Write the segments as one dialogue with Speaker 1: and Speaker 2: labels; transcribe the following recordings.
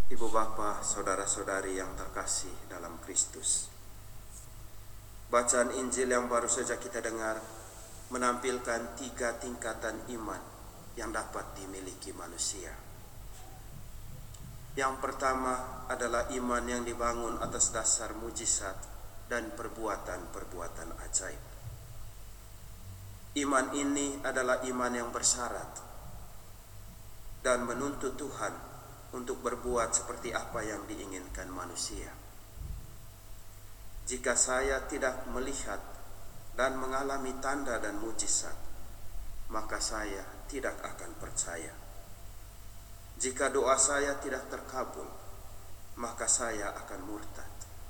Speaker 1: Ibu bapa, saudara-saudari yang terkasih dalam Kristus. Bacaan Injil yang baru saja kita dengar menampilkan 3 tingkatan iman yang dapat dimiliki manusia. Yang pertama adalah iman yang dibangun atas dasar mujizat dan perbuatan-perbuatan ajaib. Iman ini adalah iman yang bersyarat dan menuntut Tuhan untuk berbuat seperti apa yang diinginkan manusia. Jika saya tidak melihat dan mengalami tanda dan mujizat, maka saya tidak akan percaya. Jika doa saya tidak terkabul, maka saya akan murtad.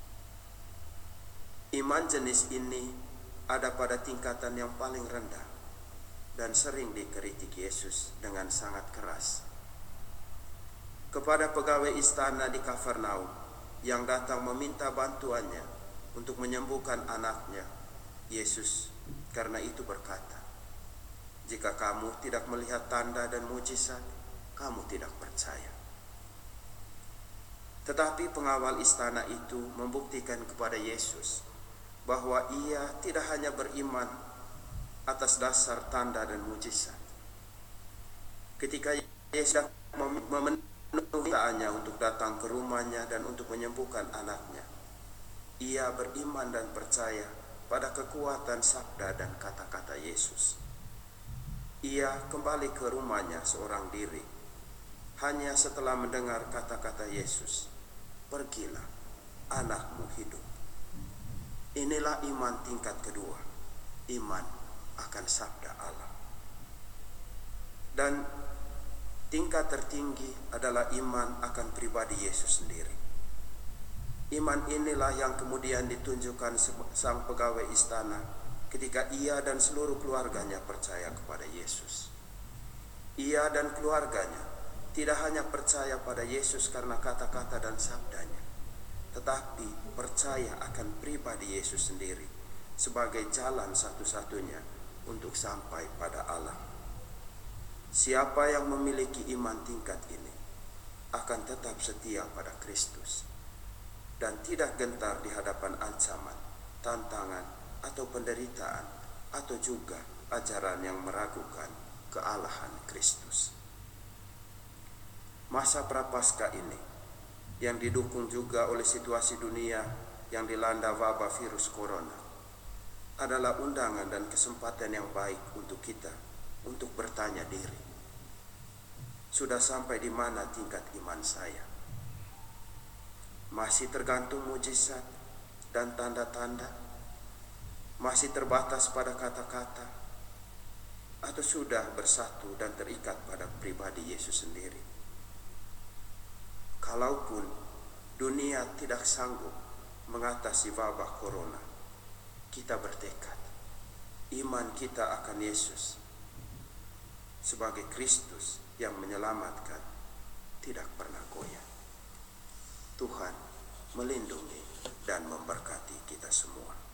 Speaker 1: Iman jenis ini ada pada tingkatan yang paling rendah dan sering dikritik Yesus dengan sangat keras. Kepada pegawai istana di Kafarnaum yang datang meminta bantuannya untuk menyembuhkan anaknya, Yesus karena itu berkata, "Jika kamu tidak melihat tanda dan mujizat, kamu tidak percaya." Tetapi pengawal istana itu membuktikan kepada Yesus bahwa ia tidak hanya beriman atas dasar tanda dan mujizat. Ketika Yesus memenuhi permintaannya untuk datang ke rumahnya dan untuk menyembuhkan anaknya, ia beriman dan percaya pada kekuatan sabda dan kata-kata Yesus. Ia kembali ke rumahnya seorang diri, hanya setelah mendengar kata-kata Yesus, "Pergilah, anakmu hidup." Inilah iman tingkat kedua, iman akan sabda Allah. Dan tingkat tertinggi adalah iman akan pribadi Yesus sendiri. Iman inilah yang kemudian ditunjukkan sang pegawai istana ketika ia dan seluruh keluarganya percaya kepada Yesus. Ia dan keluarganya tidak hanya percaya pada Yesus karena kata-kata dan sabdanya, tetapi percaya akan pribadi Yesus sendiri sebagai jalan satu-satunya untuk sampai pada Allah. Siapa yang memiliki iman tingkat ini akan tetap setia pada Kristus dan tidak gentar di hadapan ancaman, tantangan, atau penderitaan, atau juga ajaran yang meragukan kealahan Kristus. Masa prapaskah ini yang didukung juga oleh situasi dunia yang dilanda wabah virus corona adalah undangan dan kesempatan yang baik untuk kita untuk bertanya diri, sudah sampai di mana tingkat iman saya? Masih tergantung mujizat dan tanda-tanda? Masih terbatas pada kata-kata? Atau sudah bersatu dan terikat pada pribadi Yesus sendiri? Kalaupun dunia tidak sanggup mengatasi wabah corona, kita bertekad, iman kita akan Yesus sebagai Kristus yang menyelamatkan tidak pernah goyah. Tuhan melindungi dan memberkati kita semua.